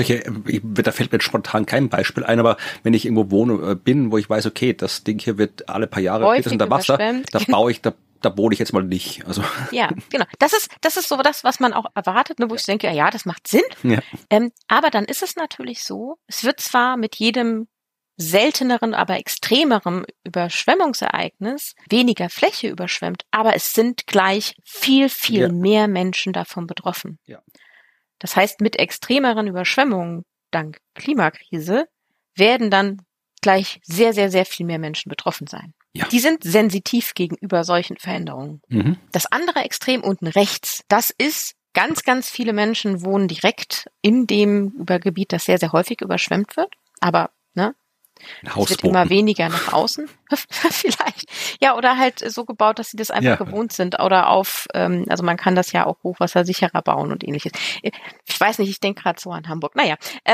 S2: da fällt mir jetzt spontan kein Beispiel ein, aber wenn ich irgendwo bin, wo ich weiß, okay, das Ding hier wird alle paar Jahre
S3: häufig
S2: unter Wasser,
S3: überschwemmt.
S2: da bohre ich jetzt mal nicht. Also.
S3: Ja, genau. Das ist so das, was man auch erwartet, ne, wo ich denke, ja, das macht Sinn.
S2: Ja.
S3: Aber dann ist es natürlich so, es wird zwar mit jedem selteneren, aber extremerem Überschwemmungsereignis weniger Fläche überschwemmt, aber es sind gleich viel, viel mehr Menschen davon betroffen.
S2: Ja.
S3: Das heißt, mit extremeren Überschwemmungen dank Klimakrise werden dann gleich sehr, sehr, sehr viel mehr Menschen betroffen sein.
S2: Ja.
S3: Die sind sensitiv gegenüber solchen Veränderungen.
S2: Mhm.
S3: Das andere Extrem unten rechts, das ist, ganz, ganz viele Menschen wohnen direkt in dem Gebiet, das sehr, sehr häufig überschwemmt wird. Aber, ne? Es wird immer weniger nach außen, vielleicht. Ja, oder halt so gebaut, dass sie das einfach gewohnt sind. Oder also man kann das ja auch hochwassersicherer bauen und ähnliches. Ich weiß nicht, ich denke gerade so an Hamburg. Naja.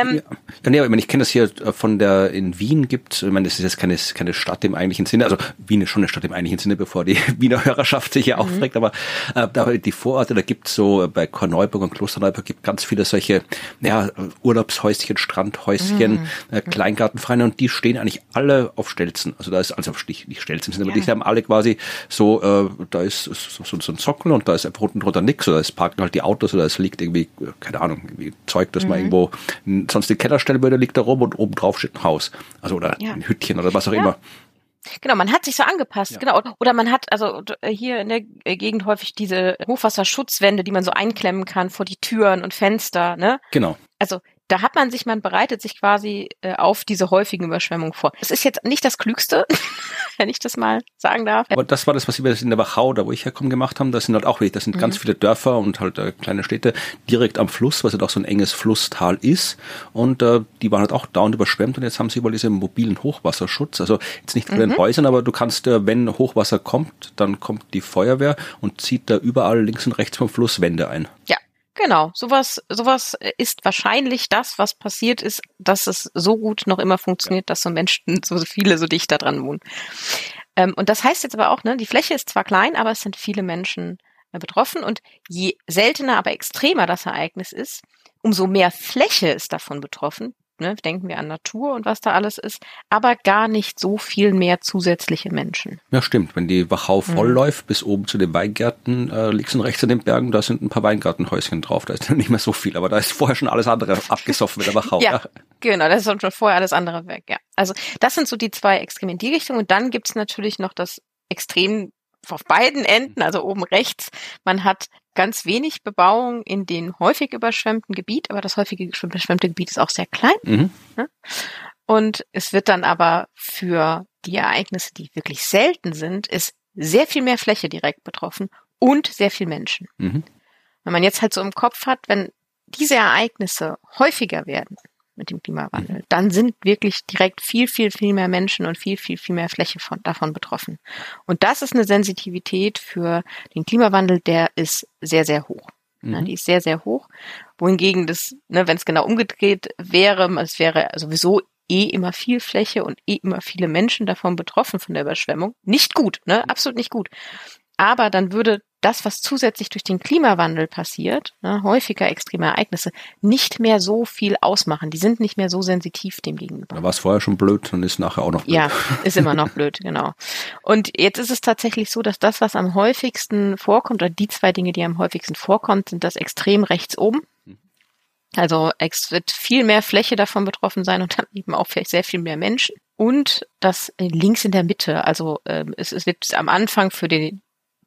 S2: Ich kenne das hier in Wien gibt, ich meine, das ist jetzt keine Stadt im eigentlichen Sinne, also Wien ist schon eine Stadt im eigentlichen Sinne, bevor die Wiener Hörerschaft sich hier aufregt, aber die Vororte, da gibt es so bei Korneuburg und Klosterneuburg gibt ganz viele solche Urlaubshäuschen, Strandhäuschen, Kleingartenvereine und die stehen eigentlich alle auf Stelzen. Also da ist nicht Stelzen, aber die haben alle quasi so, da ist so ein Sockel und da ist einfach unten drunter nichts oder es parken halt die Autos oder es liegt irgendwie, keine Ahnung, irgendwie Zeug, das man irgendwo sonst in den Keller stellen würde, liegt da rum und oben drauf steht ein Haus. Also oder ein Hüttchen oder was auch immer.
S3: Genau, man hat sich so angepasst, genau. Oder man hat also hier in der Gegend häufig diese Hochwasserschutzwände, die man so einklemmen kann vor die Türen und Fenster, ne?
S2: Genau.
S3: Also da hat man bereitet sich quasi auf diese häufigen Überschwemmungen vor. Das ist jetzt nicht das Klügste, wenn ich das mal sagen darf.
S2: Aber das war das, was wir in der Wachau, da wo ich herkomme, gemacht haben. Das sind halt auch wirklich, das sind ganz viele Dörfer und halt kleine Städte direkt am Fluss, was halt auch so ein enges Flusstal ist. Und die waren halt auch dauernd überschwemmt und jetzt haben sie wohl diesen mobilen Hochwasserschutz. Also jetzt nicht von den Häusern, aber du kannst, wenn Hochwasser kommt, dann kommt die Feuerwehr und zieht da überall links und rechts vom Fluss Wände ein. Ja.
S3: Genau, sowas ist wahrscheinlich das, was passiert ist, dass es so gut noch immer funktioniert, dass so Menschen, so viele so dicht da dran wohnen. Und das heißt jetzt aber auch, ne, die Fläche ist zwar klein, aber es sind viele Menschen betroffen und je seltener, aber extremer das Ereignis ist, umso mehr Fläche ist davon betroffen. Ne, denken wir an Natur und was da alles ist, aber gar nicht so viel mehr zusätzliche Menschen.
S2: Ja, stimmt. Wenn die Wachau voll läuft, bis oben zu den Weingärten, links und rechts an den Bergen, da sind ein paar Weingartenhäuschen drauf. Da ist nicht mehr so viel, aber da ist vorher schon alles andere abgesoffen mit der Wachau.
S3: Ja, genau, das ist schon vorher alles andere weg. Ja, also das sind so die 2 Extreme in die Richtung und dann gibt's natürlich noch das Extrem auf beiden Enden, also oben rechts, man hat ganz wenig Bebauung in den häufig überschwemmten Gebiet, aber das häufig überschwemmte Gebiet ist auch sehr klein.
S2: Mhm.
S3: Ne? Und es wird dann aber für die Ereignisse, die wirklich selten sind, ist sehr viel mehr Fläche direkt betroffen und sehr viel Menschen.
S2: Mhm.
S3: Wenn man jetzt halt so im Kopf hat, wenn diese Ereignisse häufiger werden mit dem Klimawandel, dann sind wirklich direkt viel, viel, viel mehr Menschen und viel, viel, viel mehr Fläche davon betroffen. Und das ist eine Sensitivität für den Klimawandel, der ist sehr, sehr hoch. Ja, die ist sehr, sehr hoch. Wohingegen das, wenn es genau umgedreht wäre, es wäre sowieso immer viel Fläche und immer viele Menschen davon betroffen von der Überschwemmung. Nicht gut, absolut nicht gut. Aber dann würde das, was zusätzlich durch den Klimawandel passiert, häufiger extreme Ereignisse, nicht mehr so viel ausmachen. Die sind nicht mehr so sensitiv dem gegenüber.
S2: Da war es vorher schon blöd und ist nachher auch noch blöd.
S3: Ja, ist immer noch blöd, genau. Und jetzt ist es tatsächlich so, dass das, was am häufigsten vorkommt, oder die zwei Dinge, die am häufigsten vorkommt, sind das extrem rechts oben. Also es wird viel mehr Fläche davon betroffen sein und dann eben auch vielleicht sehr viel mehr Menschen. Und das links in der Mitte, also es wird am Anfang für die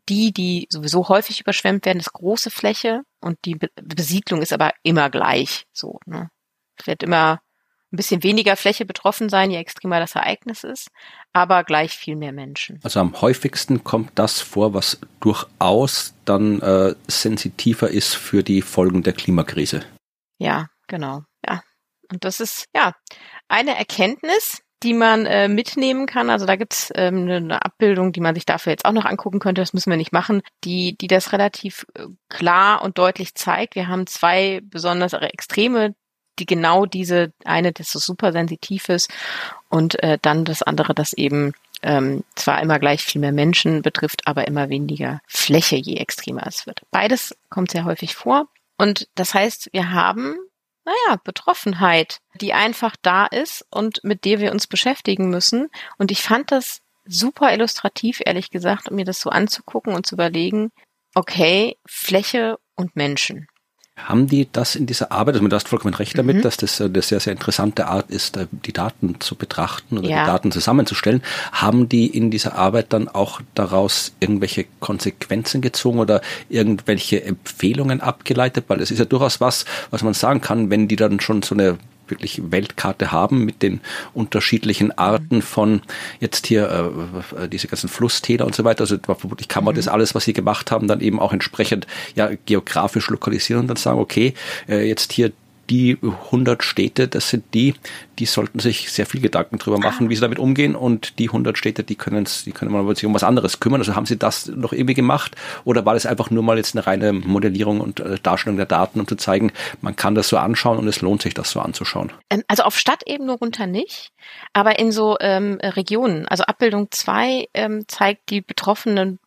S3: sowieso häufig überschwemmt werden, ist große Fläche und die Besiedlung ist aber immer gleich. So, ne? Es wird immer ein bisschen weniger Fläche betroffen sein, je extremer das Ereignis ist, aber gleich viel mehr Menschen.
S2: Also am häufigsten kommt das vor, was durchaus dann sensitiver ist für die Folgen der Klimakrise.
S3: Ja, genau. Ja. Und das ist eine Erkenntnis, die man mitnehmen kann. Also da gibt's eine Abbildung, die man sich dafür jetzt auch noch angucken könnte. Das müssen wir nicht machen, die das relativ klar und deutlich zeigt. Wir haben zwei besonders Extreme, die genau diese eine, das so super sensitiv ist und dann das andere, das eben zwar immer gleich viel mehr Menschen betrifft, aber immer weniger Fläche, je extremer es wird. Beides kommt sehr häufig vor. Und das heißt, wir haben Betroffenheit, die einfach da ist und mit der wir uns beschäftigen müssen. Und ich fand das super illustrativ, ehrlich gesagt, um mir das so anzugucken und zu überlegen, okay, Fläche und Menschen.
S2: Haben die das in dieser Arbeit, also du hast vollkommen recht damit, dass das eine sehr, sehr interessante Art ist, die Daten zu betrachten oder die Daten zusammenzustellen. Haben die in dieser Arbeit dann auch daraus irgendwelche Konsequenzen gezogen oder irgendwelche Empfehlungen abgeleitet? Weil es ist ja durchaus was man sagen kann, wenn die dann schon so eine wirklich Weltkarte haben mit den unterschiedlichen Arten von jetzt hier diese ganzen Flusstäler und so weiter. Also vermutlich kann man das alles, was sie gemacht haben, dann eben auch entsprechend geografisch lokalisieren und dann sagen, okay, jetzt hier die 100 Städte, das sind die sollten sich sehr viel Gedanken drüber machen, wie sie damit umgehen, und die 100 Städte, die können mal sich um was anderes kümmern. Also haben sie das noch irgendwie gemacht oder war das einfach nur mal jetzt eine reine Modellierung und Darstellung der Daten, um zu zeigen, man kann das so anschauen und es lohnt sich, das so anzuschauen? Also
S3: auf Stadtebene runter nicht, aber in so Regionen. Also Abbildung 2 zeigt die betroffenen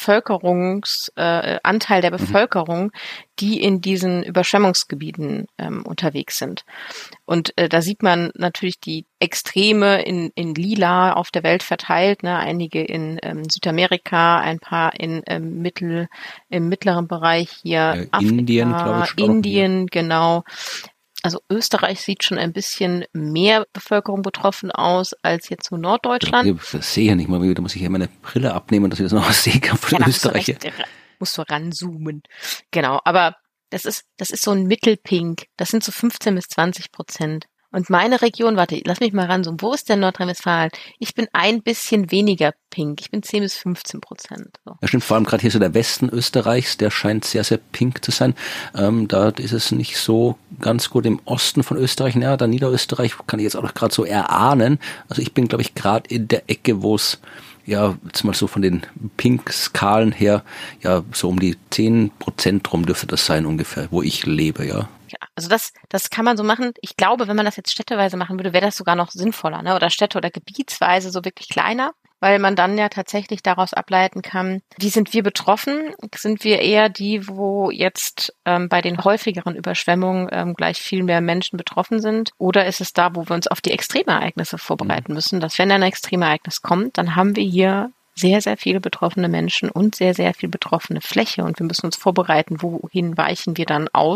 S3: Anteil der Bevölkerung, die in diesen Überschwemmungsgebieten unterwegs sind. Und da sieht man natürlich die Extreme in Lila auf der Welt verteilt, einige in Südamerika, ein paar im mittleren Bereich hier,
S2: Indien,
S3: Afrika,
S2: glaube ich.
S3: Indien, genau. Also Österreich sieht schon ein bisschen mehr Bevölkerung betroffen aus als jetzt so Norddeutschland.
S2: Das sehe ich ja nicht mal, da muss ich ja meine Brille abnehmen, dass ich das noch sehen kann von Österreich.
S3: Musst du ranzoomen. Genau, aber das ist so ein Mittelpink. Das sind so 15-20%. Und meine Region, warte, lass mich mal ranzoomen. Wo ist denn Nordrhein-Westfalen? Ich bin ein bisschen weniger pink. Ich bin 10-15%. So.
S2: Ja, stimmt, vor allem gerade hier so der Westen Österreichs, der scheint sehr, sehr pink zu sein. Da ist es nicht so ganz gut. Im Osten von Österreich, da Niederösterreich kann ich jetzt auch noch gerade so erahnen. Also ich bin, glaube ich, gerade in der Ecke, wo es jetzt mal so von den Pink-Skalen her, so um die 10% rum dürfte das sein ungefähr, wo ich lebe, ja.
S3: Ja, also das kann man so machen. Ich glaube, wenn man das jetzt städteweise machen würde, wäre das sogar noch sinnvoller, oder städte- oder gebietsweise so wirklich kleiner, weil man dann ja tatsächlich daraus ableiten kann, wie sind wir betroffen? Sind wir eher die, wo jetzt bei den häufigeren Überschwemmungen gleich viel mehr Menschen betroffen sind? Oder ist es da, wo wir uns auf die Extremereignisse vorbereiten müssen, dass wenn ein Extremereignis kommt, dann haben wir hier sehr, sehr viele betroffene Menschen und sehr, sehr viel betroffene Fläche und wir müssen uns vorbereiten, wohin weichen wir dann aus,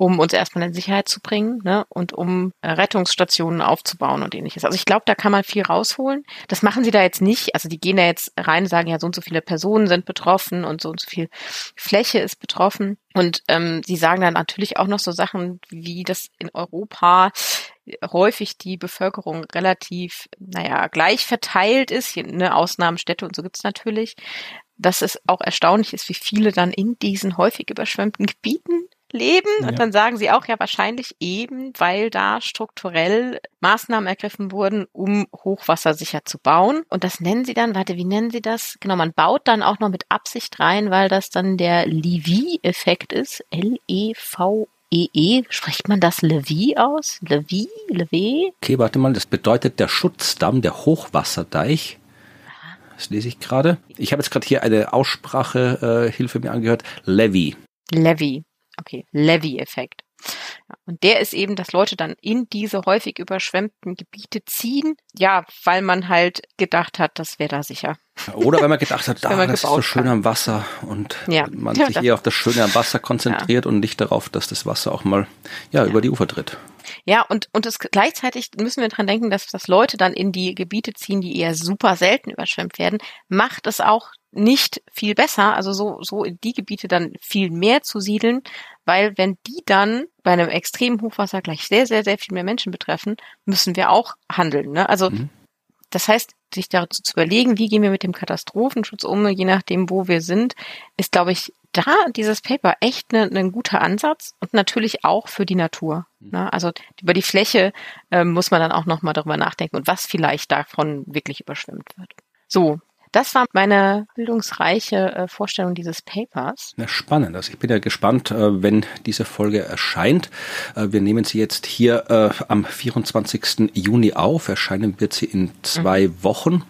S3: um uns erstmal in Sicherheit zu bringen, ne, und um Rettungsstationen aufzubauen und ähnliches. Also ich glaube, da kann man viel rausholen. Das machen sie da jetzt nicht. Also die gehen da jetzt rein und sagen, ja, so und so viele Personen sind betroffen und so viel Fläche ist betroffen. Und sie sagen dann natürlich auch noch so Sachen, wie das in Europa häufig die Bevölkerung relativ, gleich verteilt ist. Hier, ne, Ausnahmen, Städte und so gibt's natürlich. Dass es auch erstaunlich ist, wie viele dann in diesen häufig überschwemmten Gebieten leben. Ja. Und dann sagen sie auch, ja, wahrscheinlich eben, weil da strukturell Maßnahmen ergriffen wurden, um hochwassersicher zu bauen. Und das nennen sie dann, wie nennen sie das? Genau, man baut dann auch noch mit Absicht rein, weil das dann der Levy-Effekt ist. L-E-V-E-E. Spricht man das Levy aus? Levy?
S2: Okay, warte mal, das bedeutet der Schutzdamm, der Hochwasserdeich. Das lese ich gerade. Ich habe jetzt gerade hier eine Aussprachehilfe mir angehört. Levy.
S3: Okay, Levy-Effekt. Ja, und der ist eben, dass Leute dann in diese häufig überschwemmten Gebiete ziehen, ja, weil man halt gedacht hat, das wäre da sicher.
S2: Oder weil man gedacht hat, das ist so schön am Wasser und man sich eher auf das Schöne am Wasser konzentriert und nicht darauf, dass das Wasser auch mal über die Ufer tritt.
S3: Ja, und gleichzeitig müssen wir dran denken, dass Leute dann in die Gebiete ziehen, die eher super selten überschwemmt werden, macht es auch nicht viel besser, also so in die Gebiete dann viel mehr zu siedeln, weil wenn die dann bei einem extremen Hochwasser gleich sehr, sehr, sehr viel mehr Menschen betreffen, müssen wir auch handeln, ne? Also das heißt, sich dazu zu überlegen, wie gehen wir mit dem Katastrophenschutz um, je nachdem, wo wir sind, ist, glaube ich, da dieses Paper echt ein guter Ansatz und natürlich auch für die Natur. Ne? Also über die Fläche muss man dann auch nochmal darüber nachdenken und was vielleicht davon wirklich überschwemmt wird. So, das war meine bildungsreiche Vorstellung dieses Papers.
S2: Ja, spannend. Also ich bin ja gespannt, wenn diese Folge erscheint. Wir nehmen sie jetzt hier am 24. Juni auf. Erscheinen wird sie in 2 Wochen.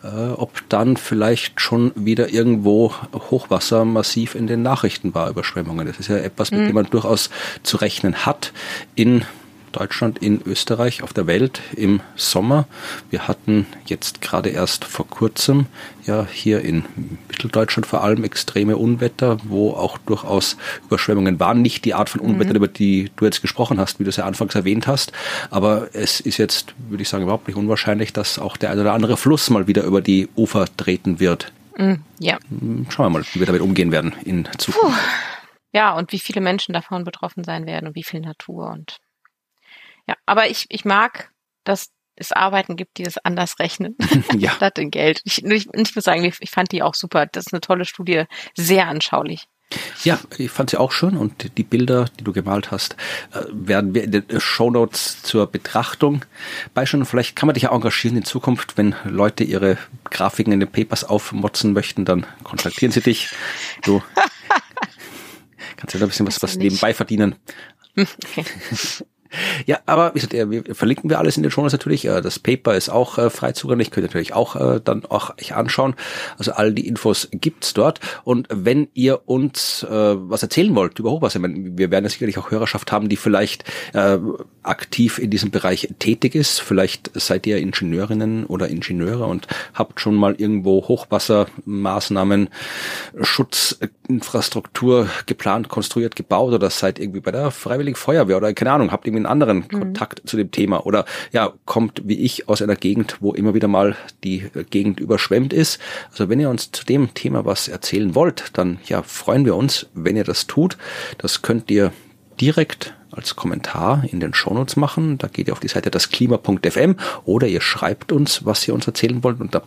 S2: Ob dann vielleicht schon wieder irgendwo Hochwasser massiv in den Nachrichten war, Überschwemmungen. Das ist ja etwas, mit dem man durchaus zu rechnen hat in Deutschland, in Österreich, auf der Welt im Sommer. Wir hatten jetzt gerade erst vor kurzem hier in Mitteldeutschland vor allem extreme Unwetter, wo auch durchaus Überschwemmungen waren. Nicht die Art von Unwetter, über die du jetzt gesprochen hast, wie du es ja anfangs erwähnt hast. Aber es ist jetzt, würde ich sagen, überhaupt nicht unwahrscheinlich, dass auch der eine oder andere Fluss mal wieder über die Ufer treten wird.
S3: Ja.
S2: Schauen wir mal, wie wir damit umgehen werden in Zukunft.
S3: Ja, und wie viele Menschen davon betroffen sein werden und wie viel Natur und ja, aber ich mag, dass es Arbeiten gibt, die das anders rechnen, statt in Geld. Ich muss sagen, ich fand die auch super. Das ist eine tolle Studie, sehr anschaulich.
S2: Ja, ich fand sie auch schön und die Bilder, die du gemalt hast, werden wir in den Shownotes zur Betrachtung beisteuern. Vielleicht kann man dich ja engagieren in Zukunft, wenn Leute ihre Grafiken in den Papers aufmotzen möchten, dann kontaktieren sie dich. Du kannst ja da ein bisschen was nebenbei verdienen.
S3: Okay.
S2: Ja, aber wie gesagt, verlinken wir alles in den Shownotes natürlich. Das Paper ist auch frei zugänglich, könnt ihr natürlich auch dann auch euch anschauen. Also all die Infos gibt's dort. Und wenn ihr uns was erzählen wollt über Hochwasser, ich meine, wir werden ja sicherlich auch Hörerschaft haben, die vielleicht aktiv in diesem Bereich tätig ist. Vielleicht seid ihr Ingenieurinnen oder Ingenieure und habt schon mal irgendwo Hochwassermaßnahmen, Schutzinfrastruktur geplant, konstruiert, gebaut oder seid irgendwie bei der Freiwilligen Feuerwehr oder keine Ahnung, habt irgendwie einen anderen Kontakt zu dem Thema oder kommt wie ich aus einer Gegend, wo immer wieder mal die Gegend überschwemmt ist. Also wenn ihr uns zu dem Thema was erzählen wollt, dann freuen wir uns, wenn ihr das tut. Das könnt ihr direkt als Kommentar in den Shownotes machen. Da geht ihr auf die Seite dasklima.fm oder ihr schreibt uns, was ihr uns erzählen wollt unter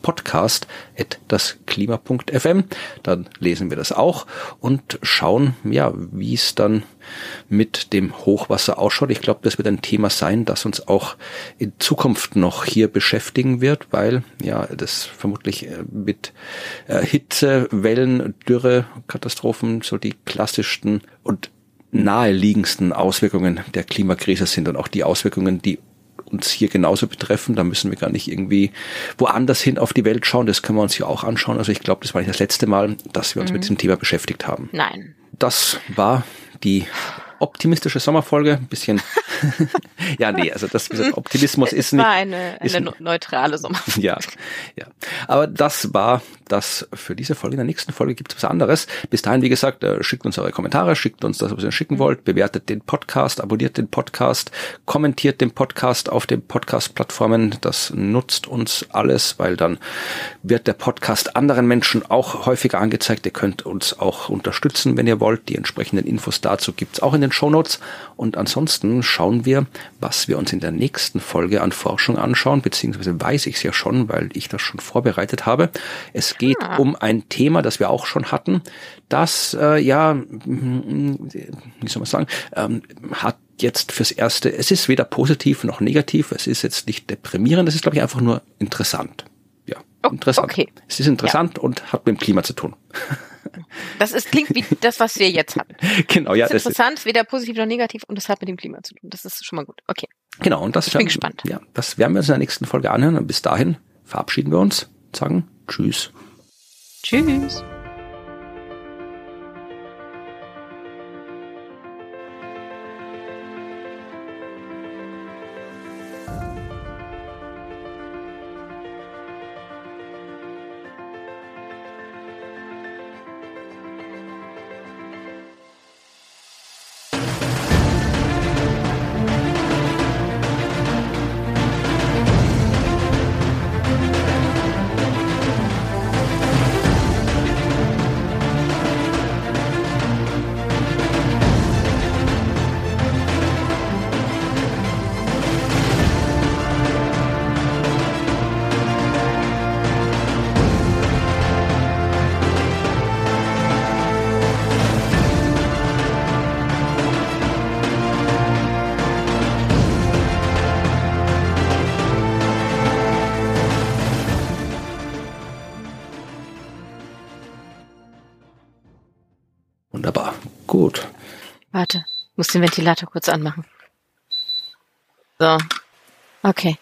S2: podcast@dasklima.fm. Dann lesen wir das auch und schauen, wie es dann mit dem Hochwasser ausschaut. Ich glaube, das wird ein Thema sein, das uns auch in Zukunft noch hier beschäftigen wird, weil das vermutlich mit Hitze, Wellen, Dürre, Katastrophen so die klassischsten und naheliegendsten Auswirkungen der Klimakrise sind und auch die Auswirkungen, die uns hier genauso betreffen. Da müssen wir gar nicht irgendwie woanders hin auf die Welt schauen. Das können wir uns hier auch anschauen. Also ich glaube, das war nicht das letzte Mal, dass wir uns mit diesem Thema beschäftigt haben.
S3: Nein.
S2: Das war die optimistische Sommerfolge, ein bisschen, ja, nee, also das Optimismus ist nicht.
S3: Es war eine neutrale Sommerfolge.
S2: Ja. Aber das war das für diese Folge. In der nächsten Folge gibt es was anderes. Bis dahin, wie gesagt, schickt uns eure Kommentare, schickt uns das, was ihr schicken wollt, bewertet den Podcast, abonniert den Podcast, kommentiert den Podcast auf den Podcast-Plattformen. Das nutzt uns alles, weil dann wird der Podcast anderen Menschen auch häufiger angezeigt. Ihr könnt uns auch unterstützen, wenn ihr wollt. Die entsprechenden Infos dazu gibt's auch in den Shownotes. Und ansonsten schauen wir, was wir uns in der nächsten Folge an Forschung anschauen, beziehungsweise weiß ich es ja schon, weil ich das schon vorbereitet habe. Es geht um ein Thema, das wir auch schon hatten, das, wie soll man sagen, hat jetzt fürs Erste, es ist weder positiv noch negativ, es ist jetzt nicht deprimierend, es ist, glaube ich, einfach nur interessant. Ja, interessant.
S3: Okay.
S2: Es ist interessant und hat mit dem Klima zu tun.
S3: Klingt wie das, was wir jetzt hatten.
S2: Genau, ja.
S3: Es ist interessant, weder positiv noch negativ und es hat mit dem Klima zu tun. Das ist schon mal gut. Okay.
S2: Genau, und das
S3: ich bin gespannt.
S2: Ja, das werden wir uns in der nächsten Folge anhören und bis dahin verabschieden wir uns, sagen Tschüss.
S3: Tschüss.
S2: Wunderbar. Gut.
S3: Warte, muss den Ventilator kurz anmachen. So. Okay.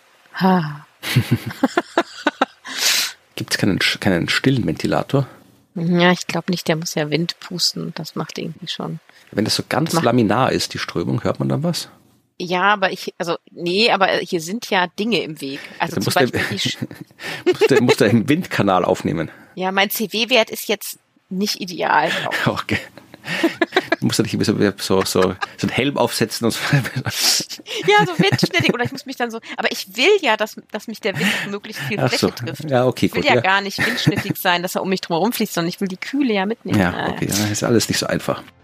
S2: Gibt es keinen stillen Ventilator?
S3: Ja, ich glaube nicht, der muss ja Wind pusten. Das macht irgendwie schon.
S2: Wenn das so ganz laminar ist, die Strömung, hört man dann was?
S3: Ja, aber aber hier sind ja Dinge im Weg. Also zum
S2: Beispiel muss der im Windkanal aufnehmen.
S3: Ja, mein CW-Wert ist jetzt nicht ideal.
S2: Okay. Du musst ja nicht so einen Helm aufsetzen und so.
S3: Ja, so windschnittig. Oder ich muss mich dann so. Aber ich will ja, dass mich der Wind möglichst viel Fläche trifft.
S2: Ja, okay,
S3: ich will ja gar nicht windschnittig sein, dass er um mich drum herum fließt, sondern ich will die Kühle ja mitnehmen.
S2: Ja, okay, ja, ist alles nicht so einfach.